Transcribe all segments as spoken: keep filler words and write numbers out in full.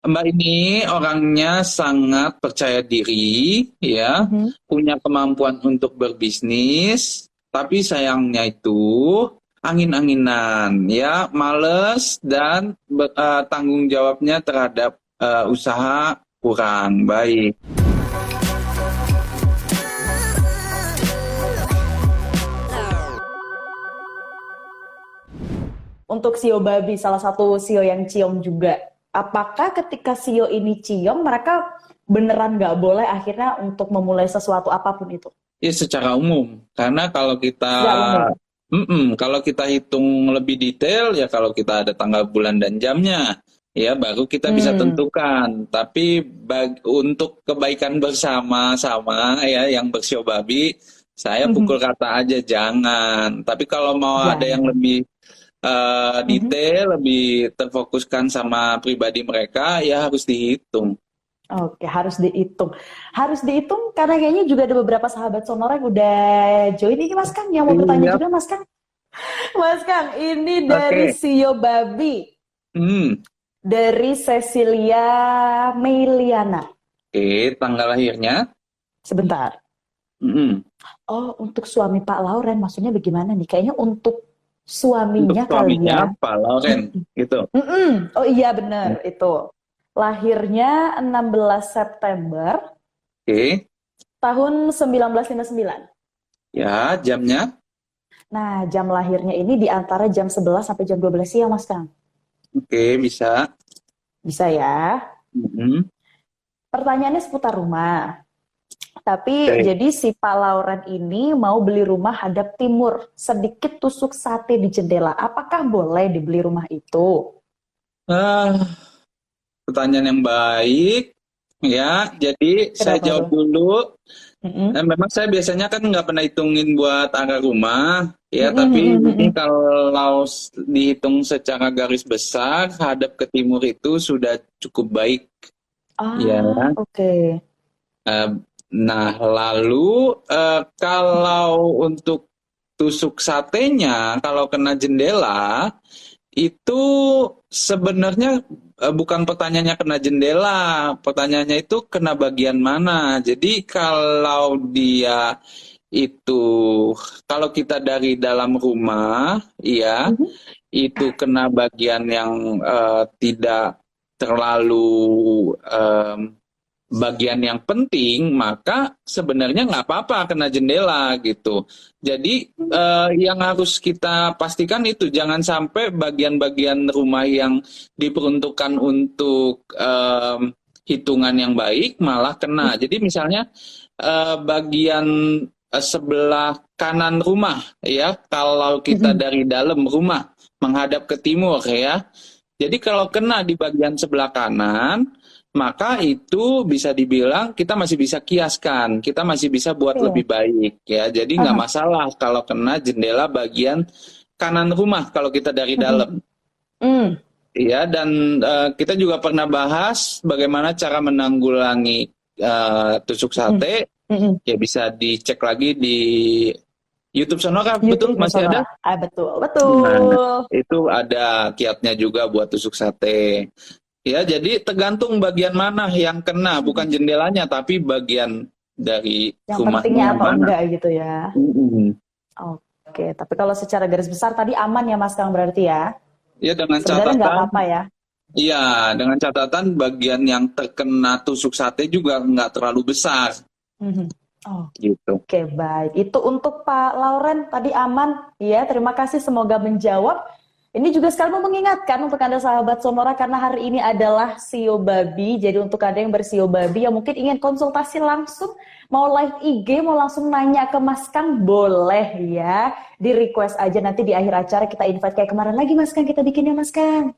Mbak ini orangnya sangat percaya diri, ya, Mhm. punya kemampuan untuk berbisnis, tapi sayangnya itu angin-anginan, ya, males dan be- eh, tanggung jawabnya terhadap eh, usaha kurang baik. Untuk Sio Babi, salah satu Sio yang ciong juga. Apakah ketika Sio ini ciong, mereka beneran nggak boleh akhirnya untuk memulai sesuatu apapun itu? Ya, secara umum, karena kalau kita Secara umum. Mm-mm, kalau kita hitung lebih detail, ya kalau kita ada tanggal bulan dan jamnya, ya baru kita bisa Hmm. tentukan. Tapi bag- untuk kebaikan bersama-sama, ya yang bersio babi, saya pukul rata aja jangan. Tapi kalau mau ada yang Jangan. lebih eh, Mhm. detail, lebih terfokuskan sama pribadi mereka, ya harus dihitung. Oke, harus dihitung. Harus dihitung karena kayaknya juga ada beberapa sahabat Sonora yang udah join ini Mas Kang. Yang mau bertanya Iya, juga Mas Kang. Mas Kang, ini dari oke. Sio Babi. Hmm, Dari Cecilia Meiliana. oke, tanggal lahirnya. Sebentar. Mm-mm. Oh, untuk suami Pak Lauren, maksudnya bagaimana nih? Kayaknya untuk Untuk suaminya kali suaminya, ya. Pak Lauren, gitu. Mm-mm. Oh iya bener, itu. Lahirnya enam belas September Oke, tahun seribu sembilan ratus lima puluh sembilan. ya jamnya. Nah, jam lahirnya ini di antara jam sebelas sampai jam dua belas siang, Mas Kang. Oke, bisa. Bisa ya? Mhm. Pertanyaannya seputar rumah. Tapi Oke. jadi si Pak Lauren ini mau beli rumah hadap timur, sedikit tusuk sate di jendela. Apakah boleh dibeli rumah itu? Ah, pertanyaan yang baik. Ya, jadi saya Kenapa jawab tuh? dulu. Eh, Mm-mm. memang saya biasanya kan nggak pernah hitungin buat angka rumah, ya. Mm-mm, Tapi mm-mm, ini mm-mm. kalau s- dihitung secara garis besar, hadap ke timur itu sudah cukup baik, ya. Ah, oke. Eh, nah, lalu eh, kalau untuk tusuk satenya, kalau kena jendela, itu sebenarnya eh, bukan pertanyaannya kena jendela, pertanyaannya itu kena bagian mana. Jadi kalau dia itu, kalau kita dari dalam rumah, ya, Mhm. itu kena bagian yang eh, tidak terlalu em, bagian yang penting, maka sebenarnya nggak apa-apa kena jendela gitu. Jadi eh, yang harus kita pastikan itu jangan sampai bagian-bagian rumah yang diperuntukkan untuk em, hitungan yang baik malah kena. Jadi misalnya eh, bagian eh, sebelah kanan rumah, ya, kalau kita Mm-mm. dari dalam rumah menghadap ke timur, ya. Jadi kalau kena di bagian sebelah kanan, maka itu bisa dibilang kita masih bisa kiaskan, kita masih bisa buat lebih Oke. baik, ya. Jadi nggak Aha. masalah kalau kena jendela bagian kanan rumah kalau kita dari Mm-mm. dalam. Mm. Ya, dan eh, kita juga pernah bahas bagaimana cara menanggulangi eh, tusuk Mm-mm. sate. Mm-mm. Ya bisa dicek lagi di YouTube Sonora, betul YouTube masih ada? Sonora. Ah, betul, Nah, betul. itu ada kiatnya juga buat tusuk sate. Ya, jadi tergantung bagian mana yang kena, bukan jendelanya, tapi bagian dari Yang rumahnya pentingnya yang apa mana. enggak gitu ya. Mm-mm. Oke, tapi kalau secara garis besar tadi aman ya Mas Kang berarti ya. Ya, dengan Sebenarnya nggak catatan, apa-apa ya. iya, dengan catatan bagian yang terkena tusuk sate juga nggak terlalu besar, Mhm. Oh, gitu. oke, baik. Itu untuk Pak Lauren tadi aman. Ya, terima kasih semoga menjawab. Ini juga sekali mau mengingatkan untuk Anda sahabat Sonora karena hari ini adalah Sio Babi. Jadi untuk Anda yang bersio Babi yang mungkin ingin konsultasi langsung, mau live I G, mau langsung nanya ke Mas Kang, boleh ya. Di request aja nanti di akhir acara kita invite kayak kemarin lagi Mas Kang, kita bikinnya Mas Kang.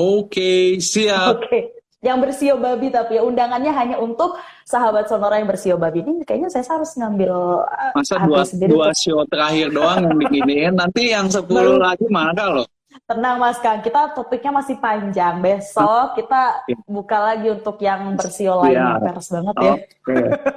Oke, siap. Oke. Yang bersio babi tapi ya undangannya hanya untuk sahabat Sonora yang bersio babi. Ini kayaknya saya harus ngambil uh, Masa H P dua, sendiri dua untuk show terakhir doang yang diginiin, nanti yang sepuluh baru lagi mana loh. tenang Mas Kang. Kita topiknya masih panjang. Besok kita buka lagi untuk yang bersio lainnya. Siap. Peres banget ya. Oke.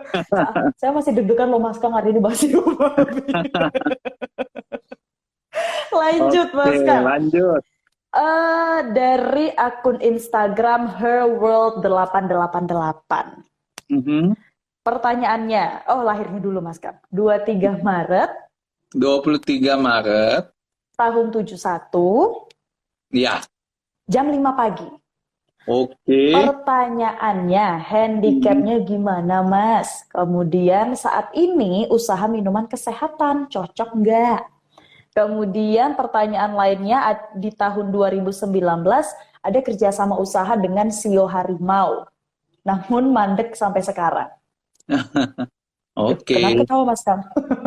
Saya masih deg-degan loh Mas Kang hari ini bersio babi. Lanjut Oke, Mas Kang. lanjut. Eh, dari akun Instagram herworld delapan delapan delapan. Mhm. Pertanyaannya, oh lahirnya dulu Mas Kang. dua puluh tiga Maret dua puluh tiga Maret. tahun tujuh puluh satu Ya, jam lima pagi. oke. Pertanyaannya, handicapnya gimana Mas? Kemudian saat ini usaha minuman kesehatan, cocok nggak? Kemudian pertanyaan lainnya, ad- di tahun dua ribu sembilan belas ada kerjasama usaha dengan Sio Harimau. Namun mandek sampai sekarang. Duh, Oke. kenapa ketawa Mas Kang?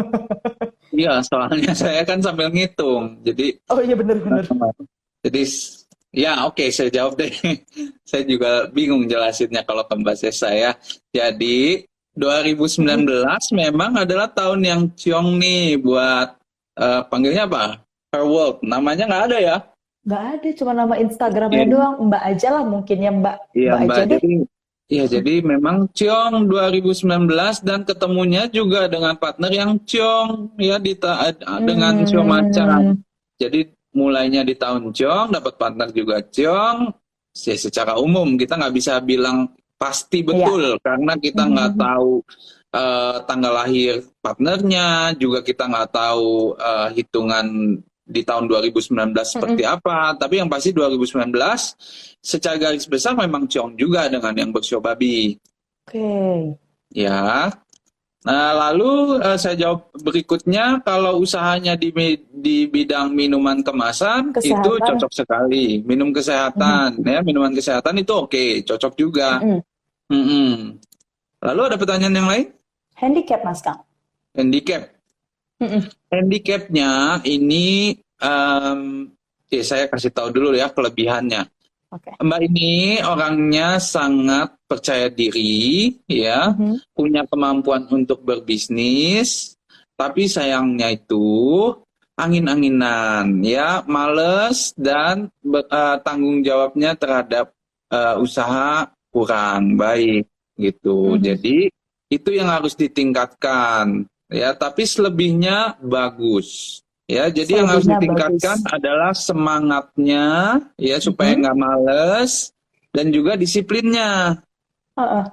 Iya, soalnya saya kan sambil ngitung. Jadi, Oh iya bener-bener. jadi ya oke saya jawab deh. Saya juga bingung jelasinnya kalau pembahasan saya. Jadi dua ribu sembilan belas memang adalah tahun yang ciong nih buat eh, panggilnya apa? Her World. Namanya nggak ada ya? Nggak ada, cuma nama Instagramnya Oke. doang. Mbak aja lah mungkin ya Mbak. Iya Mbak Mbak, aja deh. jadi ya jadi memang Ciong dua ribu sembilan belas dan ketemunya juga dengan partner yang Ciong ya di ta- dengan Sio Macan. Hmm, Jadi mulainya di tahun Ciong dapat partner juga Ciong. Ya, secara umum kita nggak bisa bilang pasti iya. betul karena kita nggak tahu eh, tanggal lahir partnernya, juga kita nggak tahu eh, hitungan di tahun dua ribu sembilan belas seperti apa. Tapi yang pasti dua ribu sembilan belas secara garis besar memang ciong juga dengan yang bersio babi. Oke. Ya. Nah, lalu eh, saya jawab berikutnya, kalau usahanya di mi- di bidang minuman kemasan itu Kesehatan. cocok sekali. Minum kesehatan ya, minuman kesehatan itu oke, cocok juga. Mm-mm. Mm-mm. Lalu ada pertanyaan yang lain? Handicap Mas Kang. Handicap. Mm-mm. Handicapnya ini em, ya saya kasih tahu dulu ya kelebihannya. Oke. Mbak ini orangnya sangat percaya diri, ya, Mhm. punya kemampuan untuk berbisnis, tapi sayangnya itu angin-anginan, ya, males dan be- eh, tanggung jawabnya terhadap eh, usaha kurang baik, gitu. Mhm. Jadi itu yang harus ditingkatkan, ya. Tapi selebihnya bagus. Ya, jadi yang harus Selebihnya ditingkatkan bagus. adalah semangatnya, ya, supaya Mhm. nggak males, dan juga disiplinnya. Heeh.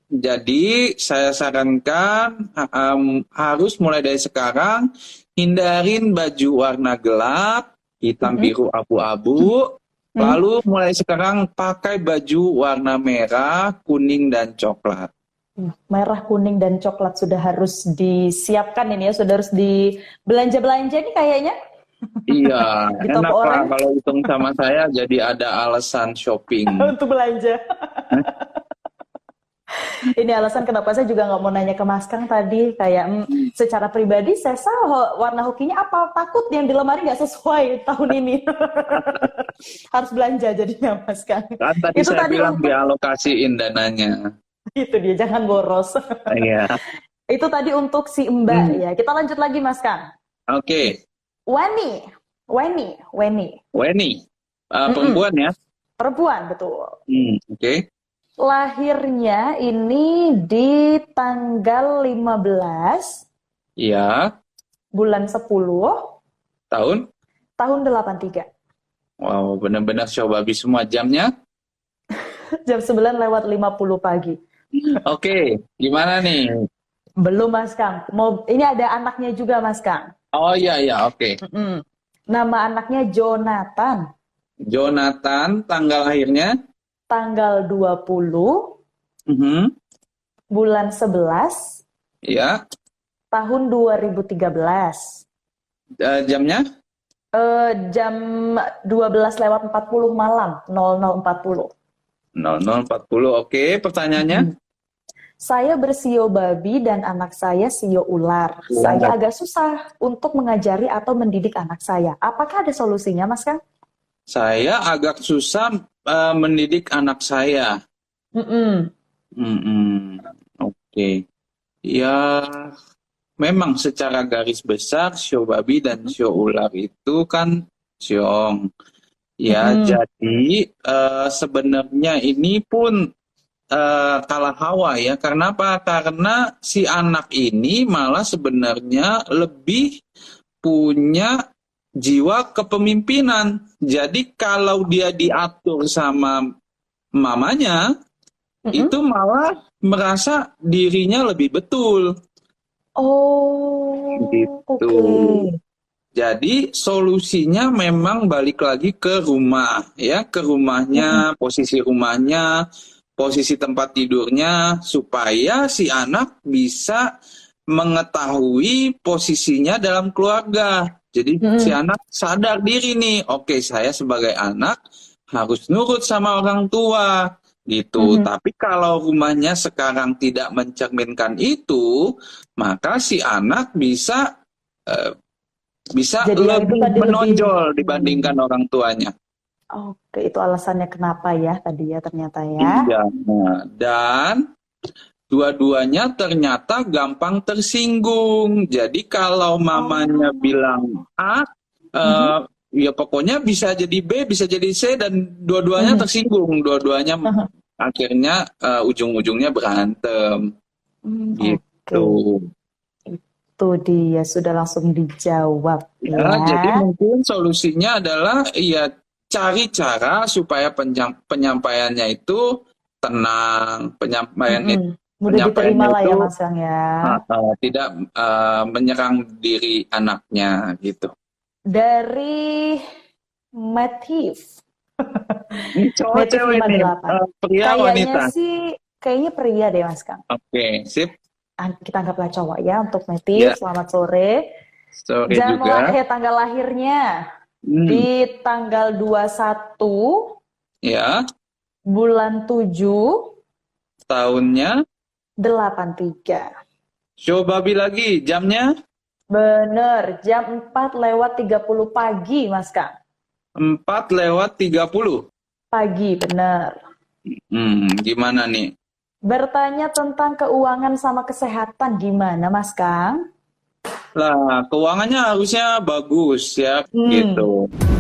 Jadi saya sarankan ha- em, harus mulai dari sekarang hindarin baju warna gelap, hitam, Mhm. biru, abu-abu. Mhm. Lalu mulai sekarang pakai baju warna merah, kuning, dan coklat. Hmm, merah, kuning, dan coklat sudah harus disiapkan ini ya, sudah harus dibelanja-belanja nih kayaknya Iya, di enak toko Pak orang kalau hitung sama saya jadi ada alasan shopping. untuk belanja. Ini alasan kenapa saya juga nggak mau nanya ke Mas Kang tadi, kayak hmm, secara pribadi saya ho- warna hokinya apa, takut yang di lemari nggak sesuai tahun ini. Harus belanja jadinya Mas Kang. Kan tadi Itu saya tadi bilang untuk dialokasiin dananya. itu dia, jangan boros. Iya. Itu tadi untuk si Mbak Hmm. ya. Kita lanjut lagi Mas Kang. Oke, Weni, Weni, Weni. Weni, Uh, Mm-mm. perempuan ya. Perempuan, betul. Hmm, Oke, Lahirnya ini di tanggal lima belas iya. bulan sepuluh Tahun? tahun delapan tiga. Wow, benar-benar show babi semua jamnya. Jam sembilan lewat lima puluh pagi. Oke, gimana nih? Belum Mas Kang. Mau ini ada anaknya juga Mas Kang. Oh iya iya, oke. Mm-mm. Nama anaknya Jonathan. Jonathan, tanggal lahirnya? Tanggal dua puluh Mhm, bulan sebelas Iya. tahun dua ribu tiga belas. Uh, jamnya? Eh, jam dua belas lewat empat puluh malam, nol nol empat puluh. nol nol empat puluh. Oke, pertanyaannya? Saya bersio babi dan anak saya sio ular. Ular. Saya agak susah untuk mengajari atau mendidik anak saya. Apakah ada solusinya, Mas Kang? Saya agak susah uh, mendidik anak saya. Mm-mm. Mm-mm. Oke. Ya, memang secara garis besar sio babi dan sio ular itu kan ciong. Ya, Mm-mm. jadi eh, sebenarnya ini pun eh, kalah hawa ya. Karena apa? Karena si anak ini malah sebenarnya lebih punya jiwa kepemimpinan. Jadi kalau dia diatur sama mamanya, Mm-mm. itu malah merasa dirinya lebih betul. Oh, Gitu. oke. Jadi solusinya memang balik lagi ke rumah, ya, ke rumahnya, posisi rumahnya, posisi tempat tidurnya, supaya si anak bisa mengetahui posisinya dalam keluarga. Jadi si Mm-mm. anak sadar diri nih, oke saya sebagai anak harus nurut sama orang tua, gitu. Mhm. Tapi kalau rumahnya sekarang tidak mencerminkan itu, maka si anak bisa eh, bisa Jadi yang itu lebih tadi lebih, menonjol hmm, dibandingkan orang tuanya. oke, itu alasannya kenapa ya tadi ya ternyata ya. Iya. Nah, dan dua-duanya ternyata gampang tersinggung. Jadi kalau mamanya Oh. bilang A, Mhm. eh, ya pokoknya bisa jadi B, bisa jadi C, dan dua-duanya Mhm. tersinggung. Dua-duanya akhirnya eh, ujung-ujungnya berantem. Hmm, oke, Gitu. itu dia sudah langsung dijawab Ya, jadi ya. mungkin solusinya adalah ya cari cara supaya penyam- penyampaiannya itu tenang, penyampaian it- Mm-mm. Mudah penyampaiannya diterima lah itu ya Mas Yang ya. uh, uh, tidak uh, menyerang diri anaknya gitu. Dari Matthew. Ini cowok Matthew cewek nih, lima delapan. uh, pria Kayaknya wanita. sih, kayaknya pria deh Mas Kang. Oke, sip. Ah, kita anggaplah cowok ya untuk Matthew. Ya, Selamat sore. sore Jam juga. lahir, tanggal lahirnya Hmm, di tanggal dua puluh satu ya, bulan tujuh tahunnya. delapan tiga. Coba babi lagi, jamnya Bener, jam empat lewat tiga puluh pagi, Mas Kang. empat lewat tiga puluh. Pagi, bener. Hmm, gimana nih? Bertanya tentang keuangan sama kesehatan gimana, Mas Kang? Lah, keuangannya harusnya bagus ya, Hmm. gitu.